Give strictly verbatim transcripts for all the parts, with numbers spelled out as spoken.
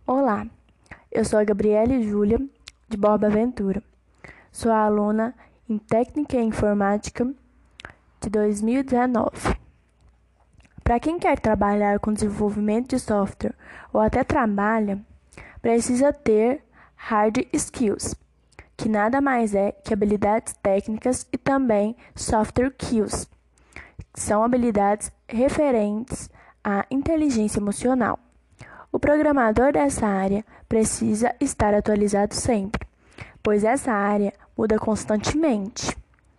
Olá, eu sou a Gabriele Júlia, de Borba Ventura. Sou aluna em Técnica em Informática de dois mil e dezenove. Para quem quer trabalhar com desenvolvimento de software ou até trabalha, precisa ter hard skills, que nada mais é que habilidades técnicas, e também software skills, que são habilidades referentes à inteligência emocional. O programador dessa área precisa estar atualizado sempre, pois essa área muda constantemente.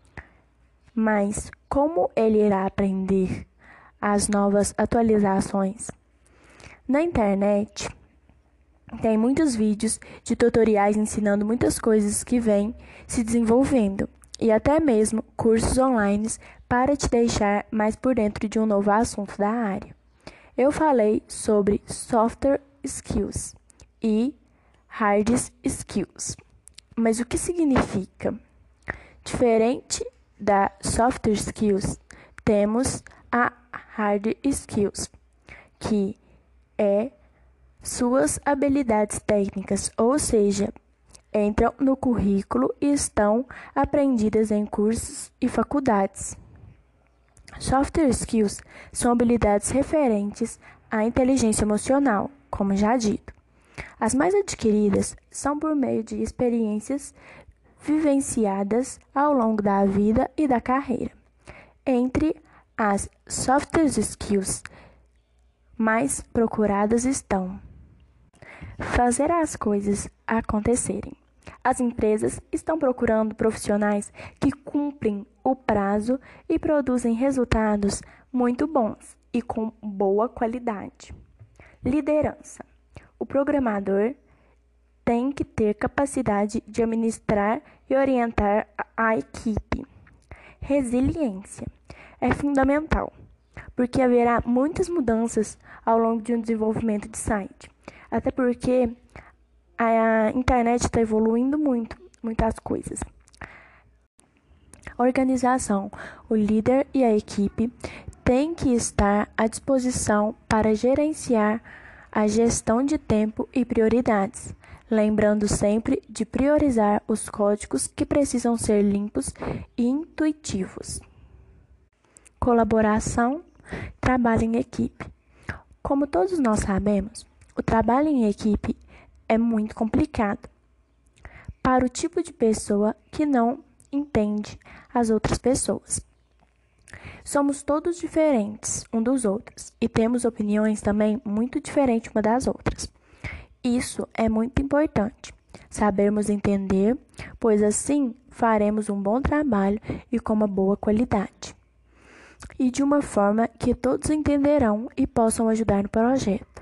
Mas como ele irá aprender as novas atualizações? Na internet, tem muitos vídeos de tutoriais ensinando muitas coisas que vêm se desenvolvendo, e até mesmo cursos online para te deixar mais por dentro de um novo assunto da área. Eu falei sobre software skills e hard skills. Mas o que significa? Diferente da software skills, temos a hard skills, que é suas habilidades técnicas, ou seja, entram no currículo e estão aprendidas em cursos e faculdades. Software skills são habilidades referentes à inteligência emocional, como já dito. As mais adquiridas são por meio de experiências vivenciadas ao longo da vida e da carreira. Entre as software skills mais procuradas estão: fazer as coisas acontecerem. As empresas estão procurando profissionais que cumprem o prazo e produzem resultados muito bons e com boa qualidade. Liderança. O programador tem que ter capacidade de administrar e orientar a equipe. Resiliência. É fundamental, porque haverá muitas mudanças ao longo de um desenvolvimento de site. Até porque a internet está evoluindo muito, muitas coisas. Organização. O líder e a equipe têm que estar à disposição para gerenciar a gestão de tempo e prioridades, lembrando sempre de priorizar os códigos que precisam ser limpos e intuitivos. Colaboração. Trabalho em equipe. Como todos nós sabemos, o trabalho em equipe é muito complicado para o tipo de pessoa que não entende as outras pessoas. Somos todos diferentes um dos outros e temos opiniões também muito diferentes uma das outras. Isso é muito importante, sabermos entender, pois assim faremos um bom trabalho e com uma boa qualidade. E de uma forma que todos entenderão e possam ajudar no projeto.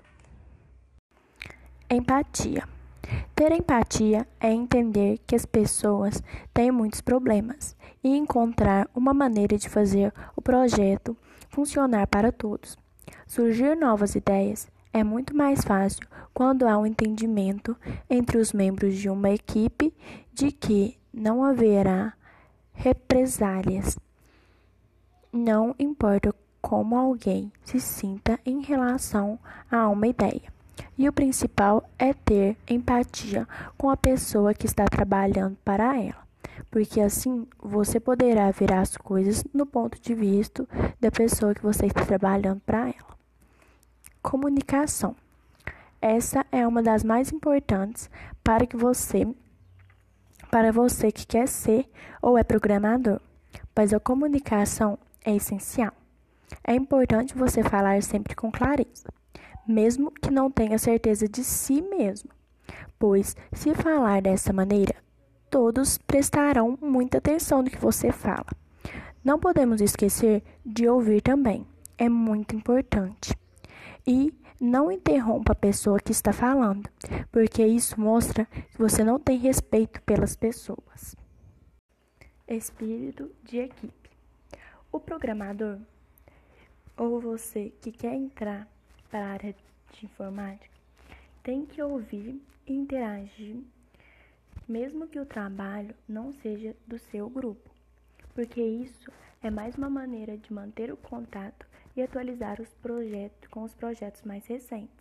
Empatia. Ter empatia é entender que as pessoas têm muitos problemas e encontrar uma maneira de fazer o projeto funcionar para todos. Surgir novas ideias é muito mais fácil quando há um entendimento entre os membros de uma equipe de que não haverá represálias. Não importa como alguém se sinta em relação a uma ideia. E o principal é ter empatia com a pessoa que está trabalhando para ela, porque assim você poderá ver as coisas no ponto de vista da pessoa que você está trabalhando para ela. Comunicação. Essa é uma das mais importantes para que você, para você que quer ser ou é programador, pois a comunicação é essencial. É importante você falar sempre com clareza, mesmo que não tenha certeza de si mesmo, pois se falar dessa maneira, todos prestarão muita atenção no que você fala. Não podemos esquecer de ouvir também, é muito importante. E não interrompa a pessoa que está falando, porque isso mostra que você não tem respeito pelas pessoas. Espírito de equipe. O programador, ou você que quer entrar para a área de informática, tem que ouvir e interagir, mesmo que o trabalho não seja do seu grupo, porque isso é mais uma maneira de manter o contato e atualizar os projetos com os projetos mais recentes.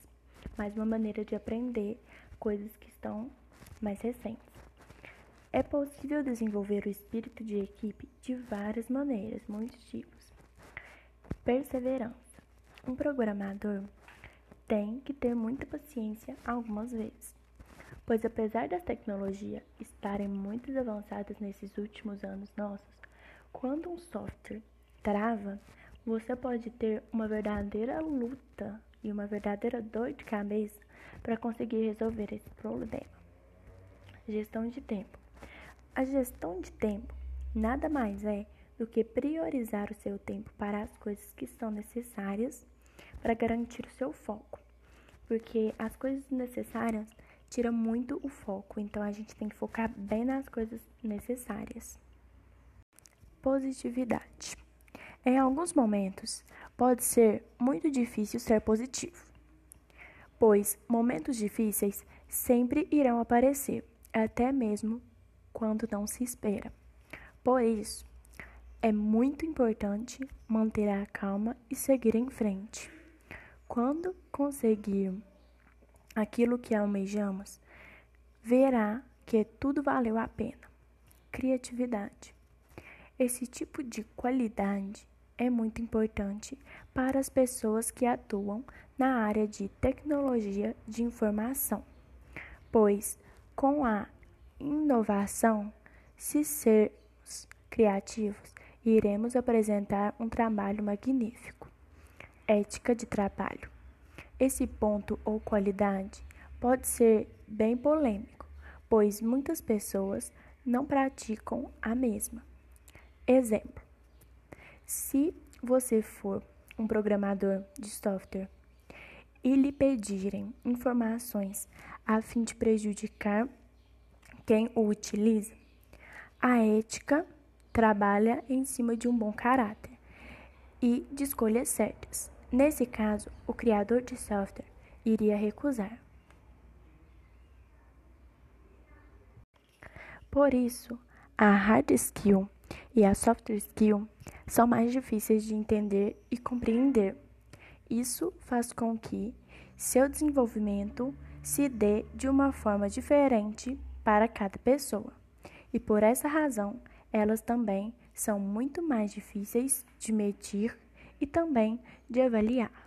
mas uma maneira de aprender coisas que estão mais recentes. É possível desenvolver o espírito de equipe de várias maneiras, muitos tipos. Perseverança. Um programador tem que ter muita paciência algumas vezes, pois apesar das tecnologias estarem muito avançadas nesses últimos anos nossos, quando um software trava, você pode ter uma verdadeira luta e uma verdadeira dor de cabeça para conseguir resolver esse problema. Gestão de tempo. A gestão de tempo nada mais é do que priorizar o seu tempo para as coisas que são necessárias para garantir o seu foco, porque as coisas necessárias tiram muito o foco, então a gente tem que focar bem nas coisas necessárias. Positividade. Em alguns momentos, pode ser muito difícil ser positivo, pois momentos difíceis sempre irão aparecer, até mesmo quando não se espera. Por isso, é muito importante manter a calma e seguir em frente. Quando conseguir aquilo que almejamos, verá que tudo valeu a pena. Criatividade. Esse tipo de qualidade é muito importante para as pessoas que atuam na área de tecnologia de informação, pois com a inovação, se sermos criativos, iremos apresentar um trabalho magnífico. Ética de trabalho. Esse ponto ou qualidade pode ser bem polêmico, pois muitas pessoas não praticam a mesma. Exemplo: se você for um programador de software e lhe pedirem informações a fim de prejudicar quem o utiliza, a ética trabalha em cima de um bom caráter e de escolhas certas. Nesse caso, o criador de software iria recusar. Por isso, a hard skill e a soft skill são mais difíceis de entender e compreender. Isso faz com que seu desenvolvimento se dê de uma forma diferente para cada pessoa. E por essa razão, elas também são muito mais difíceis de medir e também de avaliar.